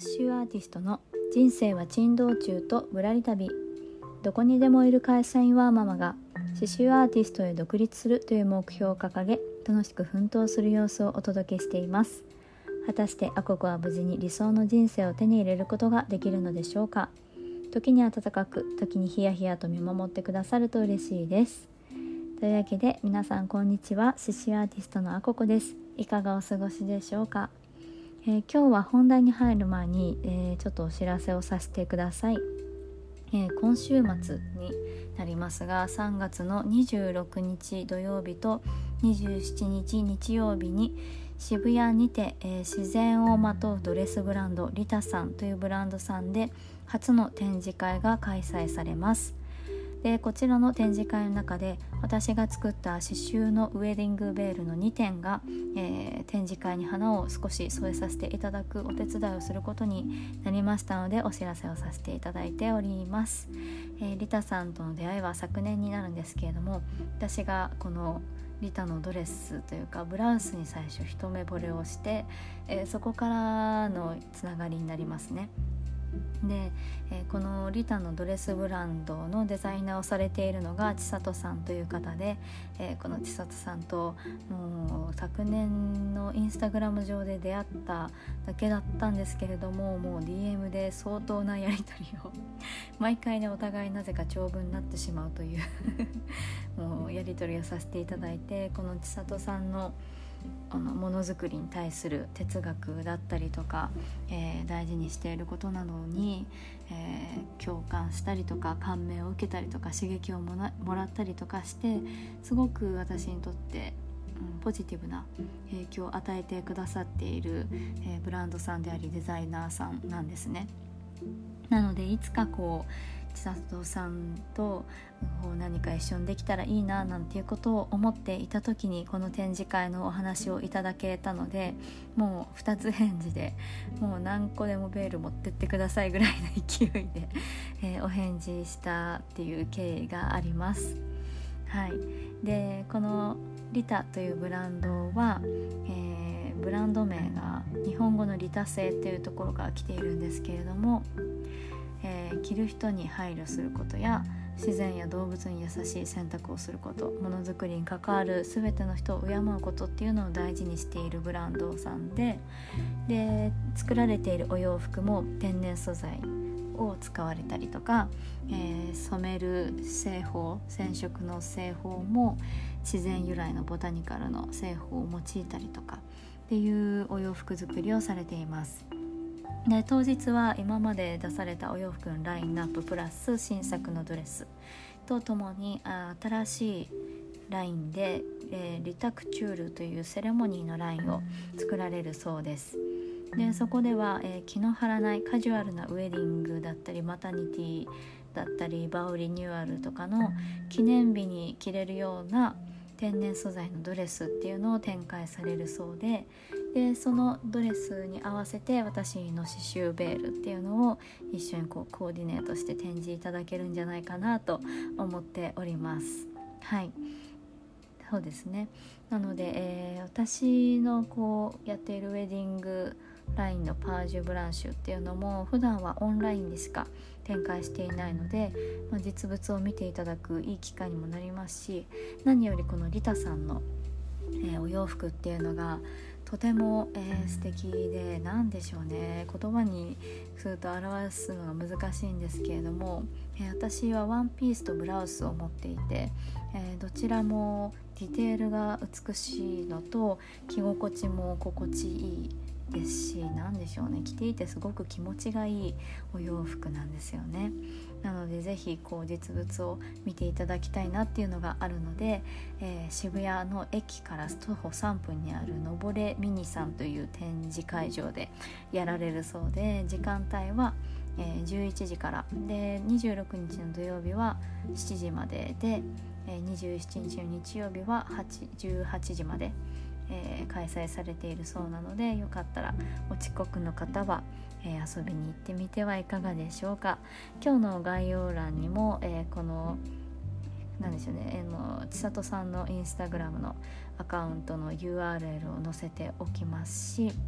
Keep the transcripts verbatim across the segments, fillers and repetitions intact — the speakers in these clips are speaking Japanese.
シュアーティストの人生は珍道中とぶらり旅。どこにでもいる会社員ワーママが刺繍アーティストへ独立するという目標を掲げ、楽しく奮闘する様子をお届けしています。果たしてアココは無事に理想の人生を手に入れることができるのでしょうか。時に温かく、時にヒヤヒヤと見守ってくださると嬉しいです。というわけで皆さんこんにちは。刺繍アーティストのアココです。いかがお過ごしでしょうか。えー、今日は本題に入る前に、えー、ちょっとお知らせをさせてください。えー、今週末になりますが、さんがつのにじゅうろくにち土曜日とにじゅうしちにち日曜日に渋谷にて、えー、自然をまとうドレスブランドリタさんというブランドさんで初の展示会が開催されます。でこちらの展示会の中で私が作った刺繍のウェディングベールのにてんが、えー、展示会に花を少し添えさせていただくお手伝いをすることになりましたので、お知らせをさせていただいております。えー、リタさんとの出会いは昨年になるんですけれども、私がこのリタのドレスというかブラウスに最初一目惚れをして、えー、そこからのつながりになりますね。で、えー、このリタのドレスブランドのデザイナーをされているのが千里さんという方で、えー、この千里さんともう昨年のインスタグラム上で出会っただけだったんですけれども、もう ディーエム で相当なやり取りを毎回ねお互いなぜか長文になってしまうというもうやり取りをさせていただいて、この千里さんのあのものづくりに対する哲学だったりとか、えー、大事にしていることなどに、えー、共感したりとか感銘を受けたりとか刺激をもら、もらったりとかして、すごく私にとって、うん、ポジティブな影響を与えてくださっている、えー、ブランドさんでありデザイナーさんなんですね。なのでいつかこう千里さんと何か一緒にできたらいいななんていうことを思っていた時に、この展示会のお話をいただけたので、もうふたつ返事でもう何個でもベール持ってってくださいぐらいの勢いで、えー、お返事したっていう経緯があります。はい。でこのリタというブランドは、えー、ブランド名が日本語のリタ製っていうところから来ているんですけれども、えー、着る人に配慮することや自然や動物に優しい選択をすること、ものづくりに関わる全ての人を敬うことっていうのを大事にしているブランドさんで、で作られているお洋服も天然素材を使われたりとか、えー、染める製法染色の製法も自然由来のボタニカルの製法を用いたりとかっていうお洋服作りをされています。で当日は今まで出されたお洋服のラインナッププラス新作のドレスとともにあ新しいラインで、えー、リタクチュールというセレモニーのラインを作られるそうです。でそこでは、えー、気の張らないカジュアルなウェディングだったりマタニティだったりバウリニューアルとかの記念日に着れるような天然素材のドレスっていうのを展開されるそうで、でそのドレスに合わせて私の刺繍ベールっていうのを一緒にこうコーディネートして展示いただけるんじゃないかなと思っております。はい、そうですね。なので、えー、私のこうやっているウェディングラインのパージュブランシュっていうのも普段はオンラインでしか展開していないので、まあ、実物を見ていただくいい機会にもなりますし、何よりこのリタさんの、えー、お洋服っていうのがとても、えー、素敵で、なんでしょうね、言葉にすると表すのが難しいんですけれども、えー、私はワンピースとブラウスを持っていて、えー、どちらもディテールが美しいのと着心地も心地いいですし、なんでしょうね、着ていてすごく気持ちがいいお洋服なんですよね。なのでぜひこう実物を見ていただきたいなっていうのがあるので、えー、渋谷の駅から徒歩さんぷんにあるのぼれミニさんという展示会場でやられるそうで、時間帯は、えー、じゅういちじからで、にじゅうろくにちの土曜日はしちじまでで、えー、にじゅうしちにちの日曜日はじゅうはちじまでえー、開催されているそうなので、よかったらお近くの方は、えー、遊びに行ってみてはいかがでしょうか。今日の概要欄にも、えー、このなんでしょうね、えー、の千里さんのインスタグラムのアカウントの ユーアールエル を載せておきますし、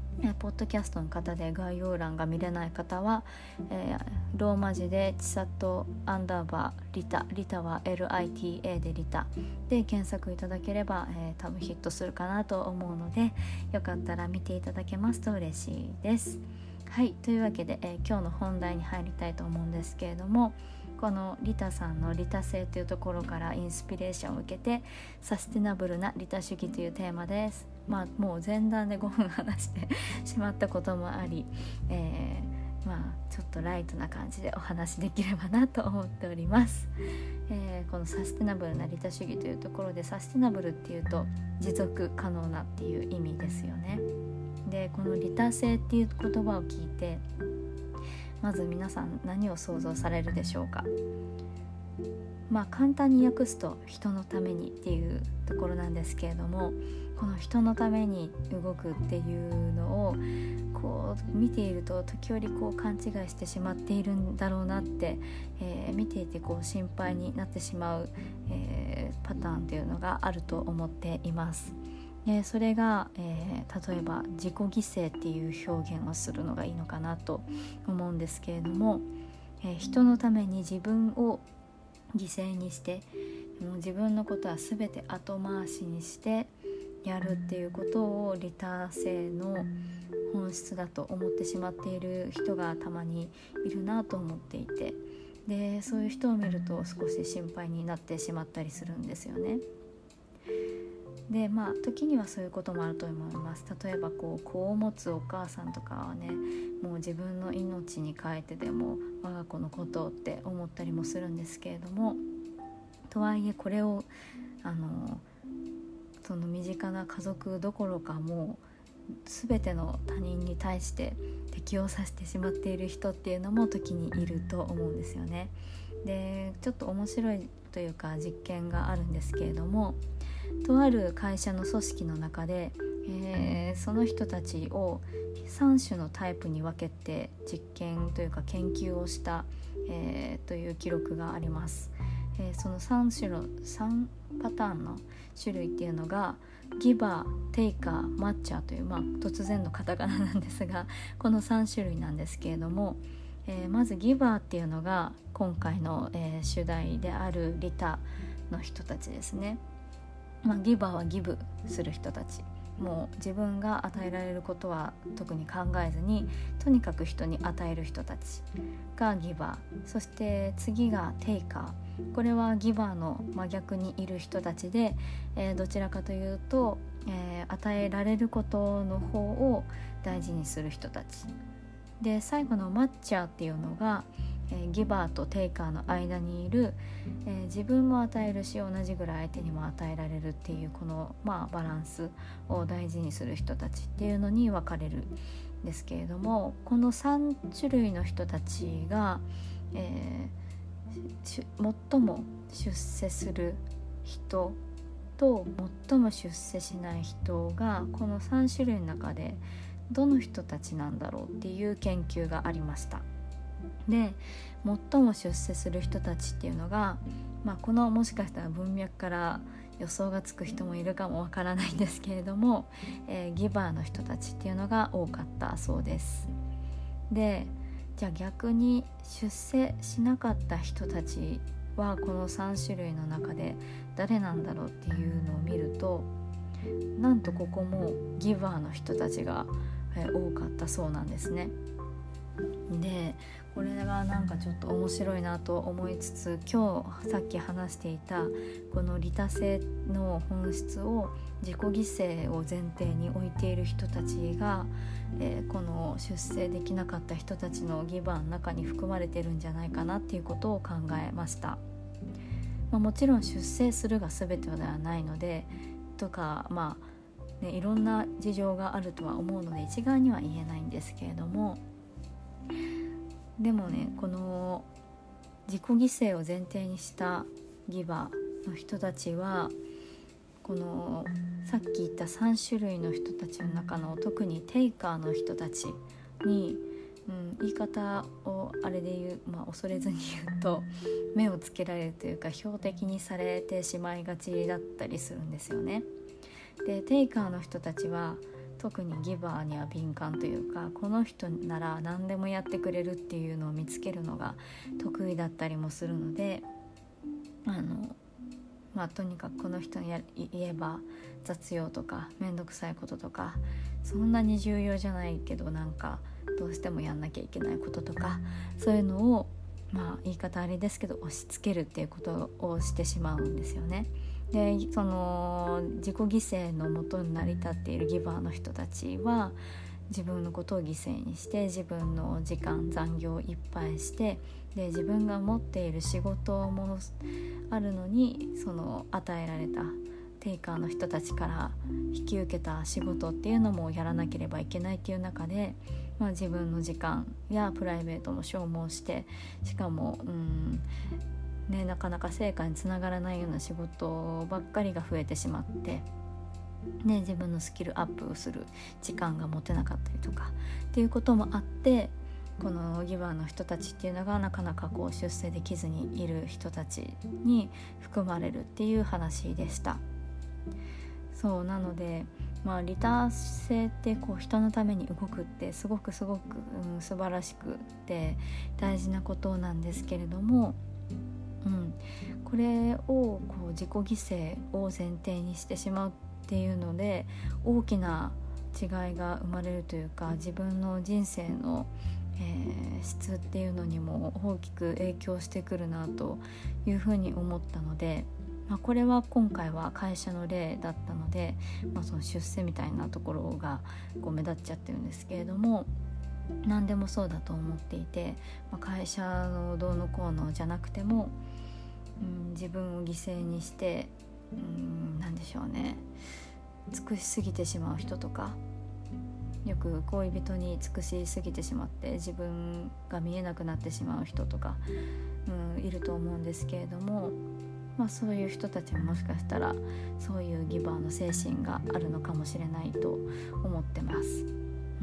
えポッドキャストの方で概要欄が見れない方は、えー、ローマ字でちさとアンダーバーリタ、リタは エルアイティーエー でリタで検索いただければ、えー、多分ヒットするかなと思うので、よかったら見ていただけますと嬉しいです。はい、というわけで、えー、今日の本題に入りたいと思うんですけれども、このリタさんの利他性というところからインスピレーションを受けて、サステナブルな利他主義というテーマです。まあもう前段でごふん話してしまったこともあり、えー、まあちょっとライトな感じでお話できればなと思っております。えー、このサステナブルな利他主義というところで、サステナブルっていうと持続可能なっていう意味ですよね。でこの利他性っていう言葉を聞いて、まず皆さん何を想像されるでしょうか。まあ簡単に訳すと人のためにっていうところなんですけれども、この人のために動くっていうのをこう見ていると時折こう勘違いしてしまっているんだろうなって、えー、見ていてこう心配になってしまう、えー、パターンっていうのがあると思っています。でそれが、えー、例えば自己犠牲っていう表現をするのがいいのかなと思うんですけれども、えー、人のために自分を犠牲にして、もう自分のことは全て後回しにしてやるっていうことを利他性の本質だと思ってしまっている人がたまにいるなと思っていて、でそういう人を見ると少し心配になってしまったりするんですよね。でまあ時にはそういうこともあると思います。例えばこう子を持つお母さんとかはね、もう自分の命に変えてでも我が子のことって思ったりもするんですけれども、とはいえこれをあのその身近な家族どころかもう全ての他人に対して適応させてしまっている人っていうのも時にいると思うんですよね。でちょっと面白いというか実験があるんですけれども、とある会社の組織の中で、えー、その人たちをさん種のタイプに分けて実験というか研究をした、えー、という記録があります。えー、そのさん種のさんパターンの種類っていうのがギバー、テイカー、マッチャーという、まあ、突然のカタカナなんですが、このさん種類なんですけれども、えー、まずギバーっていうのが今回の、えー、主題である利他の人たちですね。まあ、ギバーはギブする人たち、もう自分が与えられることは特に考えずにとにかく人に与える人たちがギバー。そして次がテイカー、これはギバーの真逆にいる人たちで、えー、どちらかというと、えー、与えられることの方を大事にする人たちで、最後のマッチャーっていうのが、えー、ギバーとテイカーの間にいる、えー、自分も与えるし同じぐらい相手にも与えられるっていうこの、まあ、バランスを大事にする人たちっていうのに分かれるんですけれども、このさん種類の人たちが、えー、最も出世する人と最も出世しない人がこのさん種類の中でどの人たちなんだろうっていう研究がありました。で最も出世する人たちっていうのが、まあ、このもしかしたら文脈から予想がつく人もいるかもわからないんですけれども、えー、ギバーの人たちっていうのが多かったそうです。でじゃあ逆に出世しなかった人たちはこのさん種類の中で誰なんだろうっていうのを見ると、なんとここもギバーの人たちが、えー、多かったそうなんですね。でこれがなんかちょっと面白いなと思いつつ、今日さっき話していたこの利他性の本質を自己犠牲を前提に置いている人たちが、えー、この出世できなかった人たちのギバーの中に含まれてるんじゃないかなっていうことを考えました。まあ、もちろん出世するが全てではないのでとか、まあね、いろんな事情があるとは思うので一概には言えないんですけれども、でもね、この自己犠牲を前提にしたギバーの人たちはこのさっき言ったさん種類の人たちの中の特にテイカーの人たちに、うん、言い方をあれで言う、まあ、恐れずに言うと目をつけられるというか標的にされてしまいがちだったりするんですよね。でテイカーの人たちは特にギバーには敏感というか、この人なら何でもやってくれるっていうのを見つけるのが得意だったりもするので、あのまあとにかくこの人にや言えば雑用とかめんどくさいこととか、そんなに重要じゃないけどなんかどうしてもやんなきゃいけないこととか、そういうのをまあ言い方あれですけど押し付けるっていうことをしてしまうんですよね。でその自己犠牲のもとに成り立っているギバーの人たちは、自分のことを犠牲にして自分の時間残業をいっぱいして、で自分が持っている仕事もあるのに、その与えられたテイカーの人たちから引き受けた仕事っていうのもやらなければいけないっていう中で、まあ、自分の時間やプライベートも消耗して、しかもうんね、なかなか成果につながらないような仕事ばっかりが増えてしまって、ね、自分のスキルアップをする時間が持てなかったりとかっていうこともあって、このギバーの人たちっていうのがなかなかこう出世できずにいる人たちに含まれるっていう話でした。そうなので、まあ、利他性ってこう人のために動くってすごくすごく、うん、素晴らしくて大事なことなんですけれども、うん、これをこう自己犠牲を前提にしてしまうっていうので大きな違いが生まれるというか、自分の人生の、えー、質っていうのにも大きく影響してくるなというふうに思ったので、まあ、これは今回は会社の例だったので、まあ、その出世みたいなところがこう目立っちゃってるんですけれども、何でもそうだと思っていて、まあ、会社のどうのこうのじゃなくても、うん、自分を犠牲にして、うん、なんでしょうね、尽くしすぎてしまう人とか、よく恋人に尽くしすぎてしまって自分が見えなくなってしまう人とか、うん、いると思うんですけれども、まあ、そういう人たちももしかしたらそういうギバーの精神があるのかもしれないと思ってます。うん、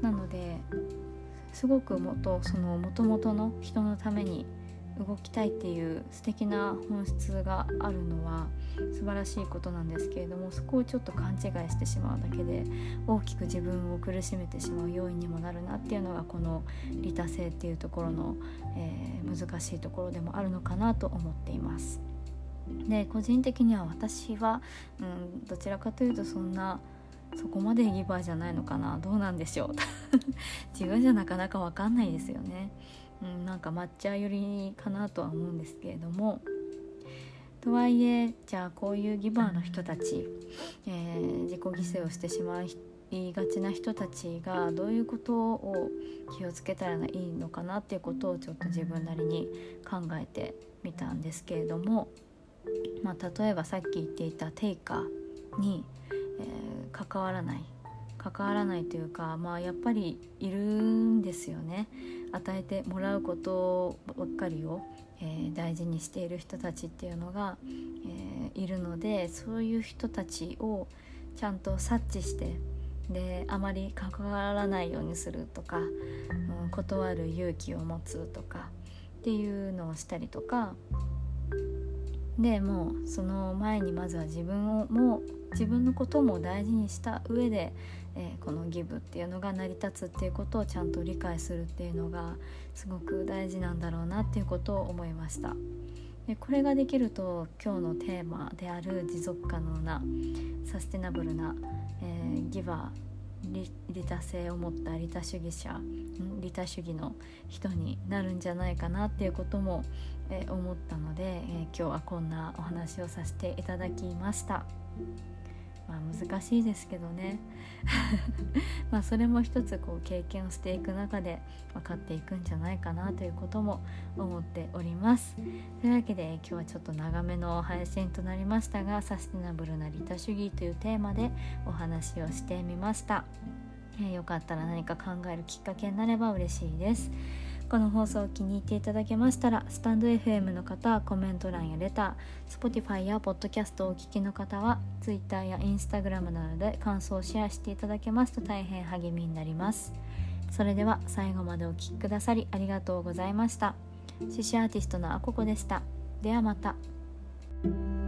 なのですごくもとその元々の人のために動きたいっていう素敵な本質があるのは素晴らしいことなんですけれども、そこをちょっと勘違いしてしまうだけで大きく自分を苦しめてしまう要因にもなるなっていうのがこの利他性っていうところの、えー、難しいところでもあるのかなと思っています。で個人的には私は、うん、どちらかというとそんなそこまでギバーじゃないのかな、どうなんでしょう自分じゃなかなか分かんないですよね。うん、なんか抹茶寄りかなとは思うんですけれども、とはいえじゃあこういうギバーの人たち、えー、自己犠牲をしてしまいがちな人たちがどういうことを気をつけたらいいのかなっていうことをちょっと自分なりに考えてみたんですけれども、まあ、例えばさっき言っていたテイカーに、えー、関わらない関わらないというか、まあ、やっぱりいるんですよね。与えてもらうことばっかりを、えー、大事にしている人たちっていうのが、えー、いるので、そういう人たちをちゃんと察知してであまり関わらないようにするとか、うん、断る勇気を持つとかっていうのをしたりとかで、もうその前にまずは自分をも自分のことも大事にした上で、えー、このギブっていうのが成り立つっていうことをちゃんと理解するっていうのがすごく大事なんだろうなっていうことを思いました。でこれができると今日のテーマである持続可能なサステナブルな、えー、ギバー利他性を持った利他主義者利他主義の人になるんじゃないかなっていうことも、えー、思ったので、えー、今日はこんなお話をさせていただきました。まあ難しいですけどねまあそれも一つこう経験をしていく中で分かっていくんじゃないかなということも思っております。というわけで今日はちょっと長めの配信となりましたが、サステナブルな利他主義というテーマでお話をしてみました。えー、よかったら何か考えるきっかけになれば嬉しいです。この放送を気に入っていただけましたら、スタンド エフエム の方はコメント欄やレター、Spotify やポッドキャストをお聞きの方は Twitter や Instagram などで感想をシェアしていただけますと大変励みになります。それでは最後までお聞きくださりありがとうございました。獅子アーティストのあここでした。ではまた。